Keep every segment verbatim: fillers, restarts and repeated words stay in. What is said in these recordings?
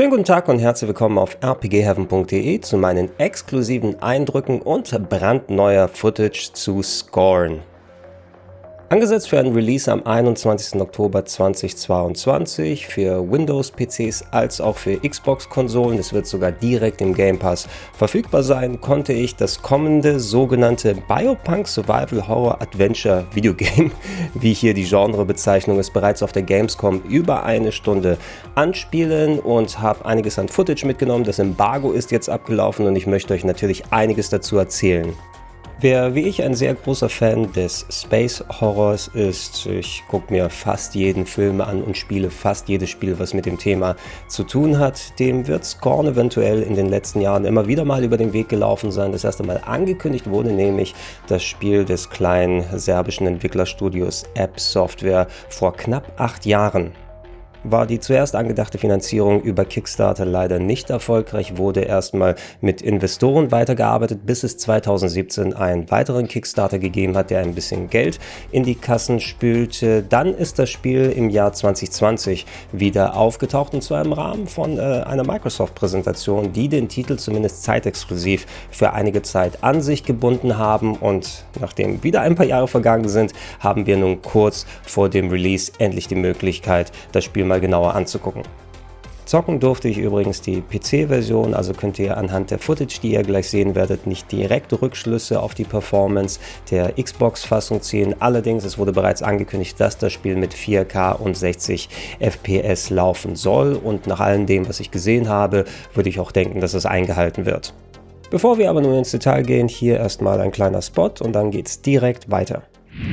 Schönen guten Tag und herzlich willkommen auf r p g heaven punkt d e zu meinen exklusiven Eindrücken und brandneuer Footage zu Scorn. Angesetzt für ein Release am einundzwanzigsten Oktober zweitausendzweiundzwanzig für Windows-P Cs als auch für Xbox-Konsolen, es wird sogar direkt im Game Pass verfügbar sein, konnte ich das kommende sogenannte Biopunk Survival Horror Adventure Videogame, wie hier die Genrebezeichnung ist, bereits auf der Gamescom über eine Stunde anspielen und habe einiges an Footage mitgenommen. Das Embargo ist jetzt abgelaufen und ich möchte euch natürlich einiges dazu erzählen. Wer wie ich ein sehr großer Fan des Space Horrors ist, ich gucke mir fast jeden Film an und spiele fast jedes Spiel, was mit dem Thema zu tun hat, dem wird Scorn eventuell in den letzten Jahren immer wieder mal über den Weg gelaufen sein. Das erste Mal angekündigt wurde nämlich das Spiel des kleinen serbischen Entwicklerstudios App Software vor knapp acht Jahren. War die zuerst angedachte Finanzierung über Kickstarter leider nicht erfolgreich, wurde erstmal mit Investoren weitergearbeitet, bis es zweitausendsiebzehn einen weiteren Kickstarter gegeben hat, der ein bisschen Geld in die Kassen spülte. Dann ist das Spiel im Jahr zwanzig zwanzig wieder aufgetaucht, und zwar im Rahmen von äh, einer Microsoft-Präsentation, die den Titel zumindest zeitexklusiv für einige Zeit an sich gebunden haben, und nachdem wieder ein paar Jahre vergangen sind, haben wir nun kurz vor dem Release endlich die Möglichkeit, das Spiel mal genauer anzugucken. Zocken durfte ich übrigens die P C-Version, also könnt ihr anhand der Footage, die ihr gleich sehen werdet, nicht direkt Rückschlüsse auf die Performance der Xbox-Fassung ziehen. Allerdings, es wurde bereits angekündigt, dass das Spiel mit vier K und sechzig F P S laufen soll, und nach allem dem, was ich gesehen habe, würde ich auch denken, dass es eingehalten wird. Bevor wir aber nun ins Detail gehen, hier erstmal ein kleiner Spot und dann geht's direkt weiter.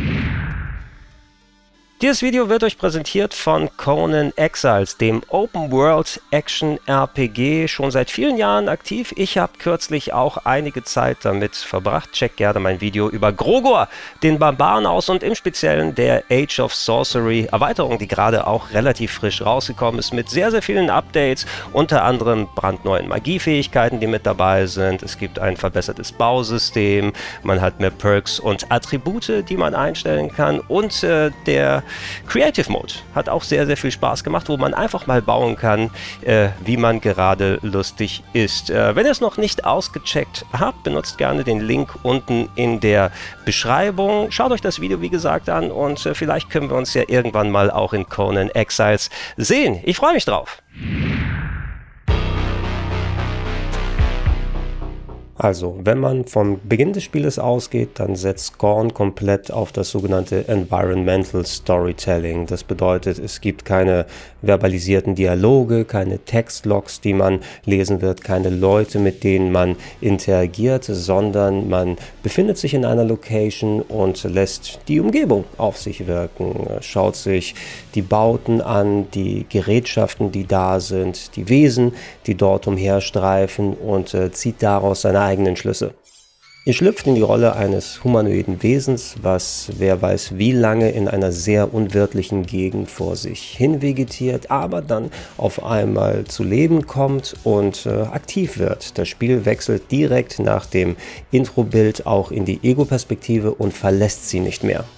Dieses Video wird euch präsentiert von Conan Exiles, dem Open-World-Action-R P G, schon seit vielen Jahren aktiv. Ich habe kürzlich auch einige Zeit damit verbracht. Checkt gerne mein Video über Grogor, den Barbaren, aus, und im Speziellen der Age of Sorcery Erweiterung, die gerade auch relativ frisch rausgekommen ist, mit sehr, sehr vielen Updates, unter anderem brandneuen Magiefähigkeiten, die mit dabei sind. Es gibt ein verbessertes Bausystem, man hat mehr Perks und Attribute, die man einstellen kann, und äh, der Creative Mode hat auch sehr, sehr viel Spaß gemacht, wo man einfach mal bauen kann, äh, wie man gerade lustig ist. Äh, wenn ihr es noch nicht ausgecheckt habt, benutzt gerne den Link unten in der Beschreibung. Schaut euch das Video, wie gesagt, an, und äh, vielleicht können wir uns ja irgendwann mal auch in Conan Exiles sehen. Ich freue mich drauf. Also, wenn man vom Beginn des Spieles ausgeht, dann setzt Scorn komplett auf das sogenannte Environmental Storytelling. Das bedeutet, es gibt keine verbalisierten Dialoge, keine Textlogs, die man lesen wird, keine Leute, mit denen man interagiert, sondern man befindet sich in einer Location und lässt die Umgebung auf sich wirken, schaut sich die Bauten an, die Gerätschaften, die da sind, die Wesen, die dort umherstreifen, und äh, zieht daraus seine eigenen Schlüsse. Ihr schlüpft in die Rolle eines humanoiden Wesens, was wer weiß wie lange in einer sehr unwirtlichen Gegend vor sich hin vegetiert, aber dann auf einmal zu Leben kommt und äh, aktiv wird. Das Spiel wechselt direkt nach dem Intro-Bild auch in die Ego-Perspektive und verlässt sie nicht mehr.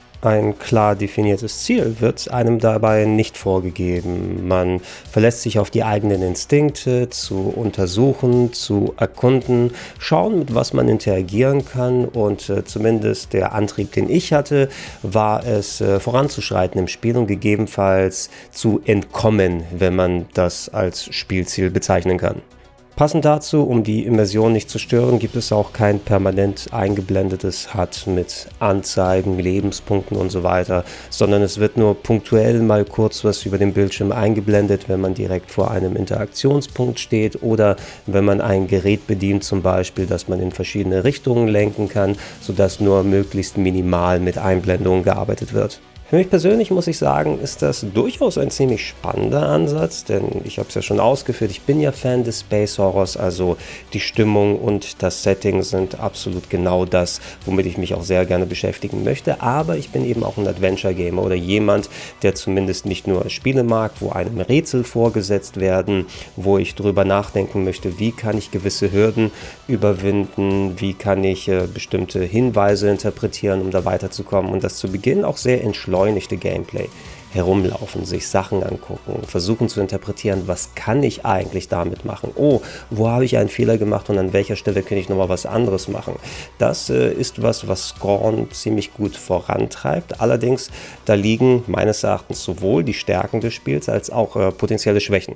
Ein klar definiertes Ziel wird einem dabei nicht vorgegeben. Man verlässt sich auf die eigenen Instinkte, zu untersuchen, zu erkunden, schauen, mit was man interagieren kann, und äh, zumindest der Antrieb, den ich hatte, war es, äh, voranzuschreiten im Spiel und gegebenenfalls zu entkommen, wenn man das als Spielziel bezeichnen kann. Passend dazu, um die Immersion nicht zu stören, gibt es auch kein permanent eingeblendetes H U D mit Anzeigen, Lebenspunkten und so weiter, sondern es wird nur punktuell mal kurz was über den Bildschirm eingeblendet, wenn man direkt vor einem Interaktionspunkt steht oder wenn man ein Gerät bedient, zum Beispiel, das man in verschiedene Richtungen lenken kann, sodass nur möglichst minimal mit Einblendungen gearbeitet wird. Für mich persönlich muss ich sagen, ist das durchaus ein ziemlich spannender Ansatz, denn ich habe es ja schon ausgeführt, ich bin ja Fan des Space Horrors, also die Stimmung und das Setting sind absolut genau das, womit ich mich auch sehr gerne beschäftigen möchte, aber ich bin eben auch ein Adventure-Gamer oder jemand, der zumindest nicht nur Spiele mag, wo einem Rätsel vorgesetzt werden, wo ich drüber nachdenken möchte, wie kann ich gewisse Hürden überwinden, wie kann ich äh, bestimmte Hinweise interpretieren, um da weiterzukommen, und das zu Beginn auch sehr entschlossen beschleunigte Gameplay. Herumlaufen, sich Sachen angucken, versuchen zu interpretieren, was kann ich eigentlich damit machen? Oh, wo habe ich einen Fehler gemacht und an welcher Stelle kann ich nochmal was anderes machen? Das äh, ist was, was Scorn ziemlich gut vorantreibt. Allerdings, da liegen meines Erachtens sowohl die Stärken des Spiels als auch äh, potenzielle Schwächen.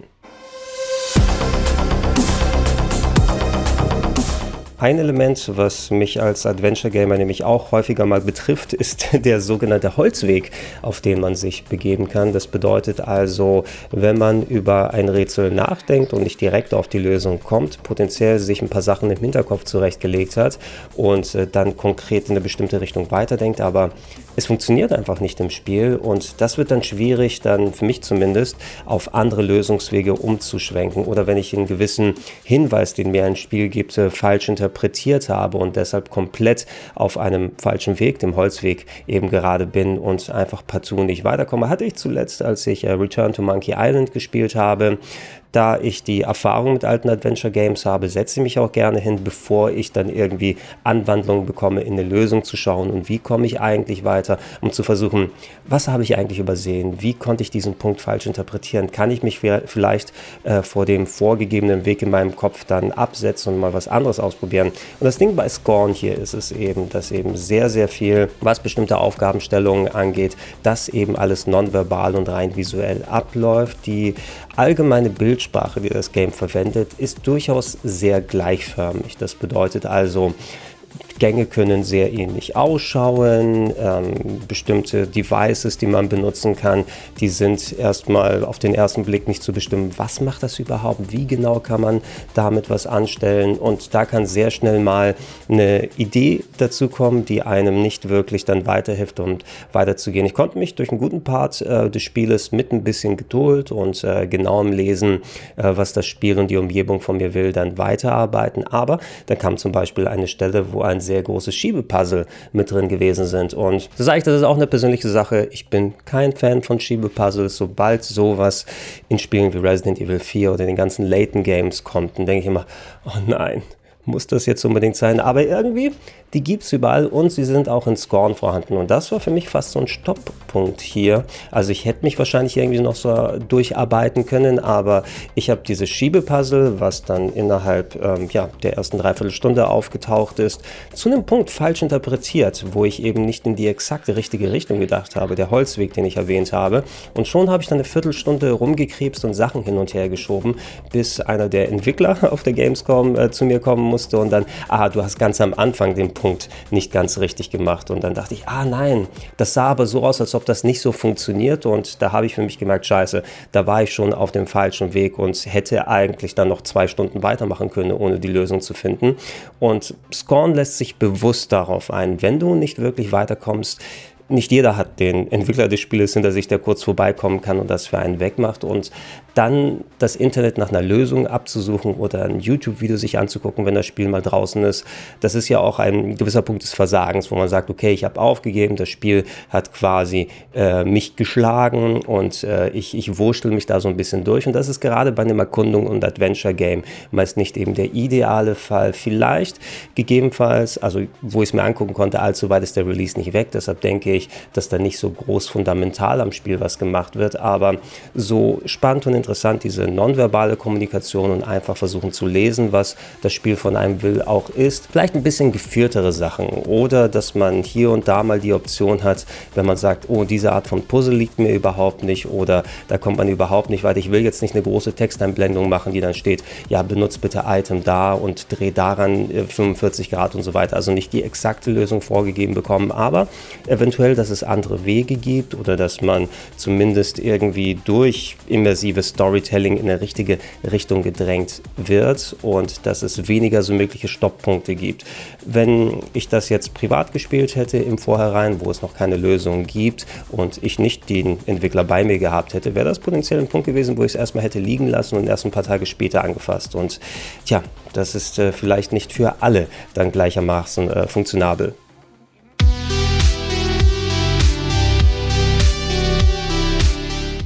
Ein Element, was mich als Adventure-Gamer nämlich auch häufiger mal betrifft, ist der sogenannte Holzweg, auf den man sich begeben kann. Das bedeutet also, wenn man über ein Rätsel nachdenkt und nicht direkt auf die Lösung kommt, potenziell sich ein paar Sachen im Hinterkopf zurechtgelegt hat und äh, dann konkret in eine bestimmte Richtung weiterdenkt, aber es funktioniert einfach nicht im Spiel und das wird dann schwierig, dann für mich zumindest, auf andere Lösungswege umzuschwenken oder wenn ich einen gewissen Hinweis, den mir ein Spiel gibt, äh, falsch interpretiert habe und deshalb komplett auf einem falschen Weg, dem Holzweg eben gerade bin und einfach partout nicht weiterkomme. Hatte ich zuletzt, als ich äh, Return to Monkey Island gespielt habe. Da ich die Erfahrung mit alten Adventure-Games habe, setze ich mich auch gerne hin, bevor ich dann irgendwie Anwandlungen bekomme, in eine Lösung zu schauen und wie komme ich eigentlich weiter, um zu versuchen, was habe ich eigentlich übersehen, wie konnte ich diesen Punkt falsch interpretieren, kann ich mich vielleicht äh, vor dem vorgegebenen Weg in meinem Kopf dann absetzen und mal was anderes ausprobieren. Und das Ding bei Scorn hier ist es eben, dass eben sehr, sehr viel, was bestimmte Aufgabenstellungen angeht, dass eben alles nonverbal und rein visuell abläuft. Die allgemeine Bildsprache, die das Game verwendet, ist durchaus sehr gleichförmig. Das bedeutet also, Gänge können sehr ähnlich ausschauen, ähm, bestimmte Devices, die man benutzen kann, die sind erstmal auf den ersten Blick nicht zu bestimmen, was macht das überhaupt, wie genau kann man damit was anstellen und da kann sehr schnell mal eine Idee dazu kommen, die einem nicht wirklich dann weiterhilft, um weiterzugehen. Ich konnte mich durch einen guten Part äh, des Spieles mit ein bisschen Geduld und äh, genauem Lesen, äh, was das Spiel und die Umgebung von mir will, dann weiterarbeiten, aber dann kam zum Beispiel eine Stelle, wo ein sehr großes Schiebepuzzle mit drin gewesen sind. Und so sage ich, das ist auch eine persönliche Sache. Ich bin kein Fan von Schiebepuzzles. Sobald sowas in Spielen wie Resident Evil vier oder den ganzen Layton Games kommt, dann denke ich immer, oh nein, muss das jetzt unbedingt sein? Aber irgendwie, die gibt es überall und sie sind auch in Scorn vorhanden. Und das war für mich fast so ein Stopppunkt hier. Also ich hätte mich wahrscheinlich irgendwie noch so durcharbeiten können, aber ich habe dieses Schiebepuzzle, was dann innerhalb ähm, ja, der ersten Dreiviertelstunde aufgetaucht ist, zu einem Punkt falsch interpretiert, wo ich eben nicht in die exakte richtige Richtung gedacht habe, der Holzweg, den ich erwähnt habe. Und schon habe ich dann eine Viertelstunde rumgekrebst und Sachen hin und her geschoben, bis einer der Entwickler auf der Gamescom äh, zu mir kommen musste und dann, ah, du hast ganz am Anfang den Punkt nicht ganz richtig gemacht. Und dann dachte ich, ah nein, das sah aber so aus, als ob das nicht so funktioniert. Und da habe ich für mich gemerkt, scheiße, da war ich schon auf dem falschen Weg und hätte eigentlich dann noch zwei Stunden weitermachen können, ohne die Lösung zu finden. Und Scorn lässt sich bewusst darauf ein, wenn du nicht wirklich weiterkommst. Nicht jeder hat den Entwickler des Spieles hinter sich, der kurz vorbeikommen kann und das für einen wegmacht. Und dann das Internet nach einer Lösung abzusuchen oder ein YouTube-Video sich anzugucken, wenn das Spiel mal draußen ist, das ist ja auch ein gewisser Punkt des Versagens, wo man sagt, okay, ich habe aufgegeben, das Spiel hat quasi äh, mich geschlagen und äh, ich, ich wurschtel mich da so ein bisschen durch. Und das ist gerade bei einem Erkundung- und Adventure-Game meist nicht eben der ideale Fall. Vielleicht gegebenenfalls, also wo ich es mir angucken konnte, allzu weit ist der Release nicht weg, deshalb denke ich, dass da nicht so groß fundamental am Spiel was gemacht wird, aber so spannend und interessant diese nonverbale Kommunikation und einfach versuchen zu lesen, was das Spiel von einem will, auch ist. Vielleicht ein bisschen geführtere Sachen oder dass man hier und da mal die Option hat, wenn man sagt, oh, diese Art von Puzzle liegt mir überhaupt nicht oder da kommt man überhaupt nicht weiter. Ich will jetzt nicht eine große Texteinblendung machen, die dann steht, ja, benutzt bitte Item da und dreh daran fünfundvierzig Grad und so weiter. Also nicht die exakte Lösung vorgegeben bekommen, aber eventuell, dass es andere Wege gibt oder dass man zumindest irgendwie durch immersives Storytelling in eine richtige Richtung gedrängt wird und dass es weniger so mögliche Stopppunkte gibt. Wenn ich das jetzt privat gespielt hätte im Vorhinein, wo es noch keine Lösung gibt und ich nicht den Entwickler bei mir gehabt hätte, wäre das potenziell ein Punkt gewesen, wo ich es erstmal hätte liegen lassen und erst ein paar Tage später angefasst. Und tja, das ist äh, vielleicht nicht für alle dann gleichermaßen äh, funktionabel. In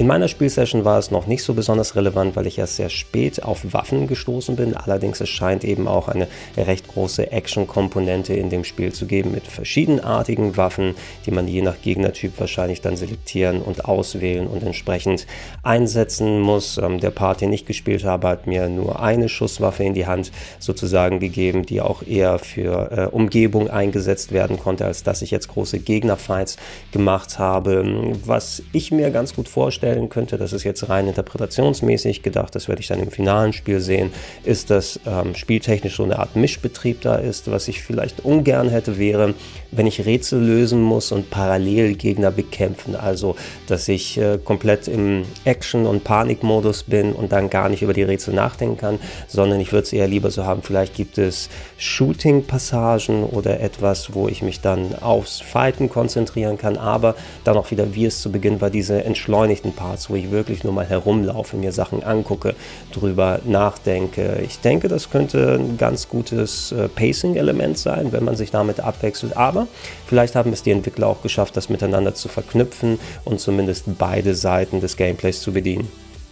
In meiner Spielsession war es noch nicht so besonders relevant, weil ich erst sehr spät auf Waffen gestoßen bin. Allerdings es scheint eben auch eine recht große Action-Komponente in dem Spiel zu geben mit verschiedenartigen Waffen, die man je nach Gegnertyp wahrscheinlich dann selektieren und auswählen und entsprechend einsetzen muss. Ähm, der Part, den ich gespielt habe, hat mir nur eine Schusswaffe in die Hand sozusagen gegeben, die auch eher für äh, Umgebung eingesetzt werden konnte, als dass ich jetzt große Gegnerfights gemacht habe. Was ich mir ganz gut vorstellen könnte, das ist jetzt rein interpretationsmäßig gedacht, das werde ich dann im finalen Spiel sehen, ist, dass ähm, spieltechnisch so eine Art Mischbetrieb da ist. Was ich vielleicht ungern hätte, wäre, wenn ich Rätsel lösen muss und parallel Gegner bekämpfen. Also, dass ich äh, komplett im Action- und Panikmodus bin und dann gar nicht über die Rätsel nachdenken kann, sondern ich würde es eher lieber so haben, vielleicht gibt es Shooting-Passagen oder etwas, wo ich mich dann aufs Fighten konzentrieren kann, aber dann auch wieder, wie es zu Beginn war, diese entschleunigten Parts, wo ich wirklich nur mal herumlaufe, mir Sachen angucke, drüber nachdenke. Ich denke, das könnte ein ganz gutes äh, Pacing-Element sein, wenn man sich damit abwechselt, aber vielleicht haben es die Entwickler auch geschafft, das miteinander zu verknüpfen und zumindest beide Seiten des Gameplays zu bedienen.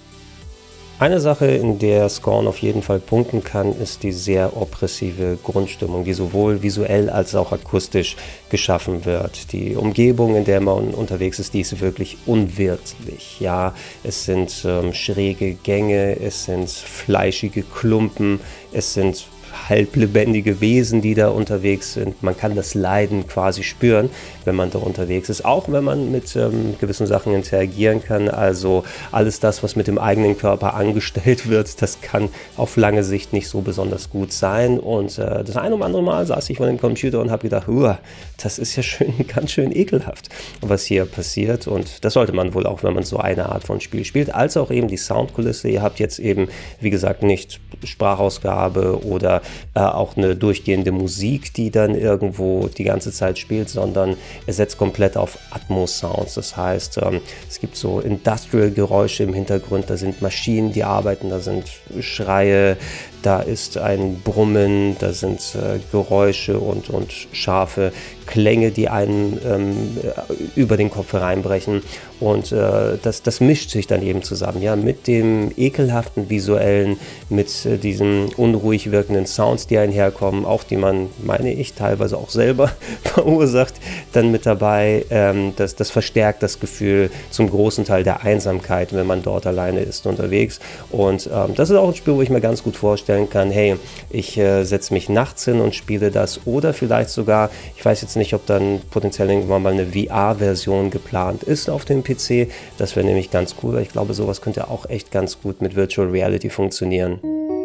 Eine Sache, in der Scorn auf jeden Fall punkten kann, ist die sehr oppressive Grundstimmung, die sowohl visuell als auch akustisch geschaffen wird. Die Umgebung, in der man unterwegs ist, die ist wirklich unwirtlich. Ja, es sind ähm, schräge Gänge, es sind fleischige Klumpen, es sind halblebendige Wesen, die da unterwegs sind. Man kann das Leiden quasi spüren, wenn man da unterwegs ist, auch wenn man mit ähm, gewissen Sachen interagieren kann. Also alles das, was mit dem eigenen Körper angestellt wird, das kann auf lange Sicht nicht so besonders gut sein. Und äh, das ein oder andere Mal saß ich vor dem Computer und habe gedacht, Uah, das ist ja schön, ganz schön ekelhaft, was hier passiert. Und das sollte man wohl auch, wenn man so eine Art von Spiel spielt, als auch eben die Soundkulisse. Ihr habt jetzt eben, wie gesagt, nicht Sprachausgabe oder äh, auch eine durchgehende Musik, die dann irgendwo die ganze Zeit spielt, sondern er setzt komplett auf Atmos-Sounds. Das heißt, ähm, es gibt so Industrial-Geräusche im Hintergrund, da sind Maschinen, die arbeiten, da sind Schreie, da ist ein Brummen, da sind äh, Geräusche und, und scharfe Klänge, die einen ähm, über den Kopf hereinbrechen. Und äh, das, das mischt sich dann eben zusammen, ja, mit dem ekelhaften Visuellen, mit äh, diesen unruhig wirkenden Sounds, die einherkommen, auch die man, meine ich, teilweise auch selber verursacht, dann mit dabei. Ähm, das, das verstärkt das Gefühl zum großen Teil der Einsamkeit, wenn man dort alleine ist unterwegs. Und ähm, das ist auch ein Spiel, wo ich mir ganz gut vorstellen kann, hey, ich äh, setze mich nachts hin und spiele das, oder vielleicht sogar, ich weiß jetzt nicht, ob dann potenziell irgendwann mal eine V R-Version geplant ist auf dem P C. Das wäre nämlich ganz cool, weil ich glaube, sowas könnte auch echt ganz gut mit Virtual Reality funktionieren.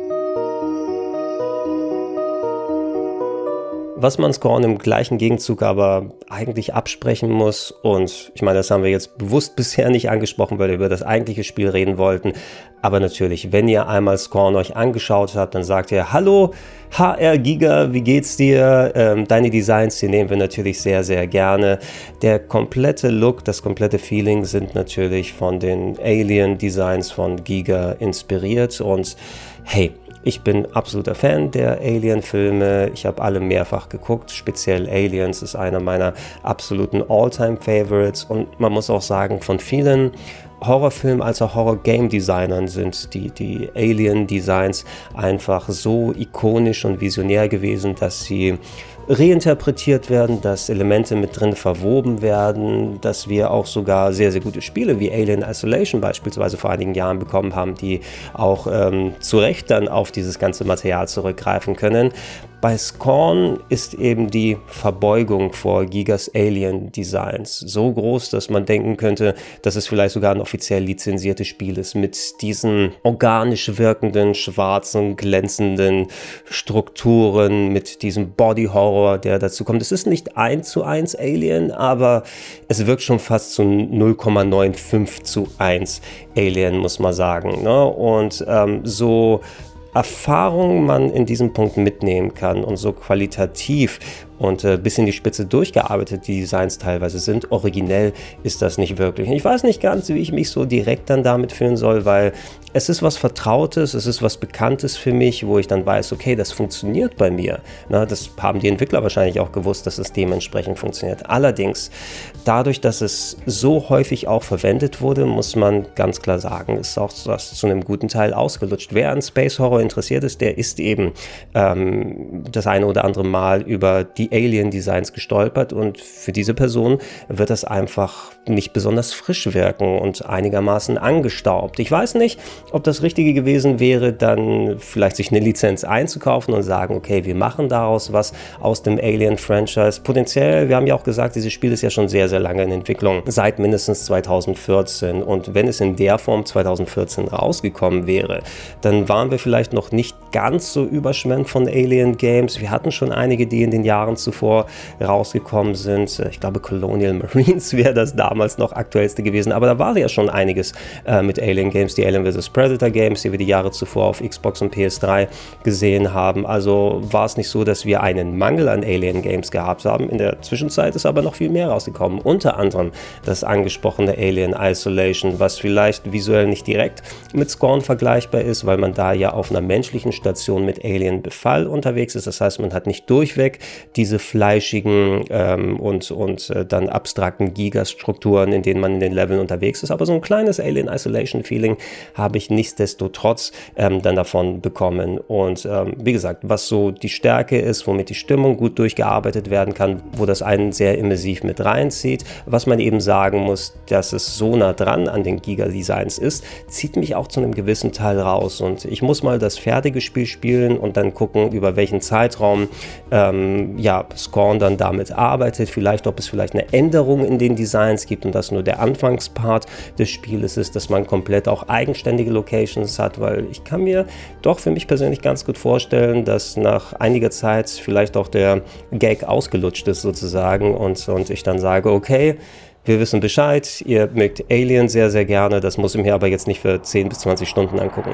Was man Scorn im gleichen Gegenzug aber eigentlich absprechen muss, und ich meine, das haben wir jetzt bewusst bisher nicht angesprochen, weil wir über das eigentliche Spiel reden wollten, aber natürlich, wenn ihr einmal Scorn euch angeschaut habt, dann sagt ihr, hallo H R Giga, wie geht's dir? Ähm, deine Designs, die nehmen wir natürlich sehr, sehr gerne. Der komplette Look, das komplette Feeling sind natürlich von den Alien-Designs von Giga inspiriert und hey, ich bin absoluter Fan der Alien-Filme. Ich habe alle mehrfach geguckt. Speziell Aliens ist einer meiner absoluten All-Time-Favorites. Und man muss auch sagen, von vielen Horrorfilm- als auch Horror-Game-Designern sind die, die Alien-Designs einfach so ikonisch und visionär gewesen, dass sie reinterpretiert werden, dass Elemente mit drin verwoben werden, dass wir auch sogar sehr, sehr gute Spiele wie Alien Isolation beispielsweise vor einigen Jahren bekommen haben, die auch ähm, zu Recht dann auf dieses ganze Material zurückgreifen können. Bei Scorn ist eben die Verbeugung vor Gigas Alien-Designs so groß, dass man denken könnte, dass es vielleicht sogar ein offiziell lizenziertes Spiel ist mit diesen organisch wirkenden, schwarzen, glänzenden Strukturen, mit diesem Body-Horror, der dazu kommt. Es ist nicht eins zu eins Alien, aber es wirkt schon fast zu null Komma fünfundneunzig zu eins Alien, muss man sagen, ne? Und ähm, so Erfahrung man in diesem Punkt mitnehmen kann und so qualitativ und äh, bis in die Spitze durchgearbeitet die Designs teilweise sind. Originell ist das nicht wirklich. Ich weiß nicht ganz, wie ich mich so direkt dann damit fühlen soll, weil es ist was Vertrautes, es ist was Bekanntes für mich, wo ich dann weiß, okay, das funktioniert bei mir. Na, das haben die Entwickler wahrscheinlich auch gewusst, dass es dementsprechend funktioniert. Allerdings, dadurch, dass es so häufig auch verwendet wurde, muss man ganz klar sagen, ist auch das zu einem guten Teil ausgelutscht. Wer an Space Horror interessiert ist, der ist eben ähm, das eine oder andere Mal über die Alien-Designs gestolpert und für diese Person wird das einfach nicht besonders frisch wirken und einigermaßen angestaubt. Ich weiß nicht, ob das Richtige gewesen wäre, dann vielleicht sich eine Lizenz einzukaufen und sagen, okay, wir machen daraus was aus dem Alien-Franchise. Potenziell, wir haben ja auch gesagt, dieses Spiel ist ja schon sehr, sehr lange in Entwicklung, seit mindestens zweitausendvierzehn und wenn es in der Form zweitausendvierzehn rausgekommen wäre, dann waren wir vielleicht noch nicht ganz so überschwemmt von Alien-Games. Wir hatten schon einige, die in den Jahren zuvor rausgekommen sind. Ich glaube, Colonial Marines wäre das damals noch aktuellste gewesen, aber da war ja schon einiges äh, mit Alien-Games, die Alien versus. Predator-Games, die wir die Jahre zuvor auf Xbox und P S drei gesehen haben. Also war es nicht so, dass wir einen Mangel an Alien-Games gehabt haben. In der Zwischenzeit ist aber noch viel mehr rausgekommen. Unter anderem das angesprochene Alien Isolation, was vielleicht visuell nicht direkt mit Scorn vergleichbar ist, weil man da ja auf einer menschlichen Station mit Alien-Befall unterwegs ist. Das heißt, man hat nicht durchweg diese fleischigen ähm, und, und äh, dann abstrakten Gigastrukturen, in denen man in den Leveln unterwegs ist. Aber so ein kleines Alien Isolation-Feeling habe ich nichtsdestotrotz ähm, dann davon bekommen. Und ähm, wie gesagt, was so die Stärke ist, womit die Stimmung gut durchgearbeitet werden kann, wo das einen sehr immersiv mit reinzieht. Was man eben sagen muss, dass es so nah dran an den Giga-Designs ist, zieht mich auch zu einem gewissen Teil raus. Und ich muss mal das fertige Spiel spielen und dann gucken, über welchen Zeitraum ähm, ja, Scorn dann damit arbeitet. Vielleicht, ob es vielleicht eine Änderung in den Designs gibt und das nur der Anfangspart des Spieles ist, dass man komplett auch eigenständig Locations hat, weil ich kann mir doch für mich persönlich ganz gut vorstellen, dass nach einiger Zeit vielleicht auch der Gag ausgelutscht ist sozusagen und, und ich dann sage, okay, wir wissen Bescheid, ihr mögt Alien sehr, sehr gerne, das muss ich mir aber jetzt nicht für zehn bis zwanzig Stunden angucken.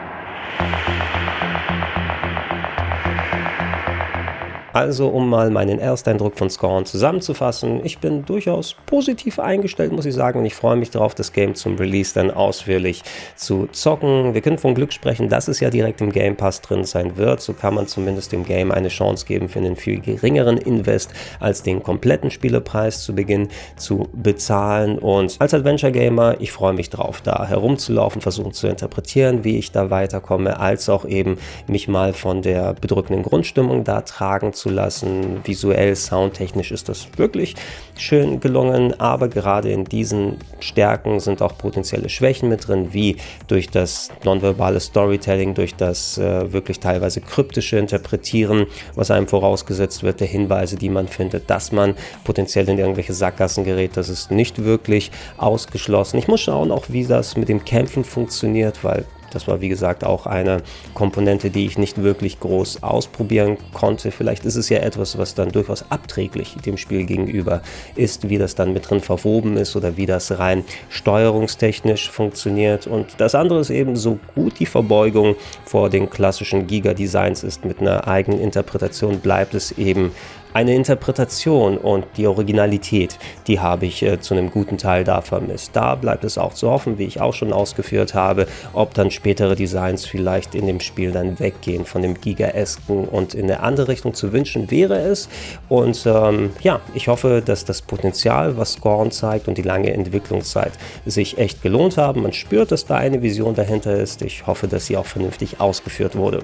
Also, um mal meinen Ersteindruck von Scorn zusammenzufassen, ich bin durchaus positiv eingestellt, muss ich sagen, und ich freue mich darauf, das Game zum Release dann ausführlich zu zocken. Wir können von Glück sprechen, dass es ja direkt im Game Pass drin sein wird. So kann man zumindest dem Game eine Chance geben, für einen viel geringeren Invest als den kompletten Spielepreis zu Beginn zu bezahlen. Und als Adventure Gamer, ich freue mich drauf, da herumzulaufen, versuchen zu interpretieren, wie ich da weiterkomme, als auch eben mich mal von der bedrückenden Grundstimmung da tragen zu lassen. Visuell, soundtechnisch ist das wirklich schön gelungen, aber gerade in diesen Stärken sind auch potenzielle Schwächen mit drin, wie durch das nonverbale Storytelling, durch das äh, wirklich teilweise kryptische Interpretieren, was einem vorausgesetzt wird, der Hinweise, die man findet, dass man potenziell in irgendwelche Sackgassen gerät, das ist nicht wirklich ausgeschlossen. Ich muss schauen auch, wie das mit dem Kämpfen funktioniert, weil das war, wie gesagt, auch eine Komponente, die ich nicht wirklich groß ausprobieren konnte. Vielleicht ist es ja etwas, was dann durchaus abträglich dem Spiel gegenüber ist, wie das dann mit drin verwoben ist oder wie das rein steuerungstechnisch funktioniert. Und das andere ist eben, so gut die Verbeugung vor den klassischen Giga-Designs ist, mit einer eigenen Interpretation bleibt es eben eine Interpretation und die Originalität, die habe ich äh, zu einem guten Teil da vermisst. Da bleibt es auch zu hoffen, wie ich auch schon ausgeführt habe, ob dann spätere Designs vielleicht in dem Spiel dann weggehen von dem Giga-esken und in eine andere Richtung zu wünschen wäre es. Und ähm, ja, ich hoffe, dass das Potenzial, was Scorn zeigt und die lange Entwicklungszeit sich echt gelohnt haben. Man spürt, dass da eine Vision dahinter ist. Ich hoffe, dass sie auch vernünftig ausgeführt wurde.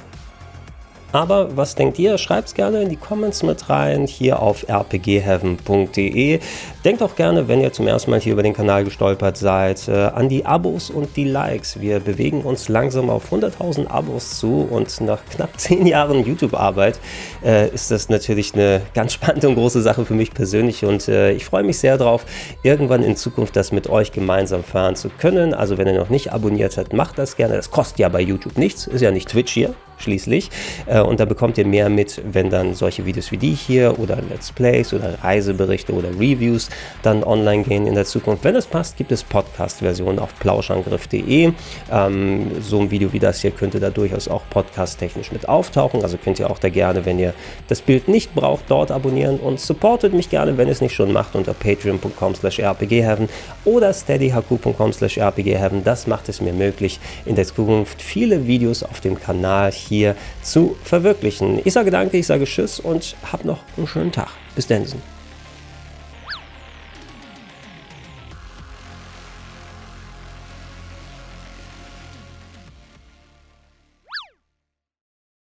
Aber was denkt ihr? Schreibt es gerne in die Comments mit rein, hier auf r p g heaven punkt d e. Denkt auch gerne, wenn ihr zum ersten Mal hier über den Kanal gestolpert seid, äh, an die Abos und die Likes. Wir bewegen uns langsam auf hunderttausend Abos zu und nach knapp zehn Jahren YouTube-Arbeit äh, ist das natürlich eine ganz spannende und große Sache für mich persönlich und äh, ich freue mich sehr drauf, irgendwann in Zukunft das mit euch gemeinsam fahren zu können. Also wenn ihr noch nicht abonniert habt, macht das gerne. Das kostet ja bei YouTube nichts, ist ja nicht Twitch hier. schließlich. Äh, und da bekommt ihr mehr mit, wenn dann solche Videos wie die hier oder Let's Plays oder Reiseberichte oder Reviews dann online gehen in der Zukunft. Wenn es passt, gibt es Podcast-Versionen auf plauschangriff punkt de. Ähm, so ein Video wie das hier könnte da durchaus auch podcast-technisch mit auftauchen. Also könnt ihr auch da gerne, wenn ihr das Bild nicht braucht, dort abonnieren und supportet mich gerne, wenn ihr es nicht schon macht, unter patreon punkt com slash r p g heaven oder steadyhq punkt com slash r p g heaven. Das macht es mir möglich, in der Zukunft viele Videos auf dem Kanal hier zu verwirklichen. Ich sage danke, ich sage tschüss und habt noch einen schönen Tag. Bis dann.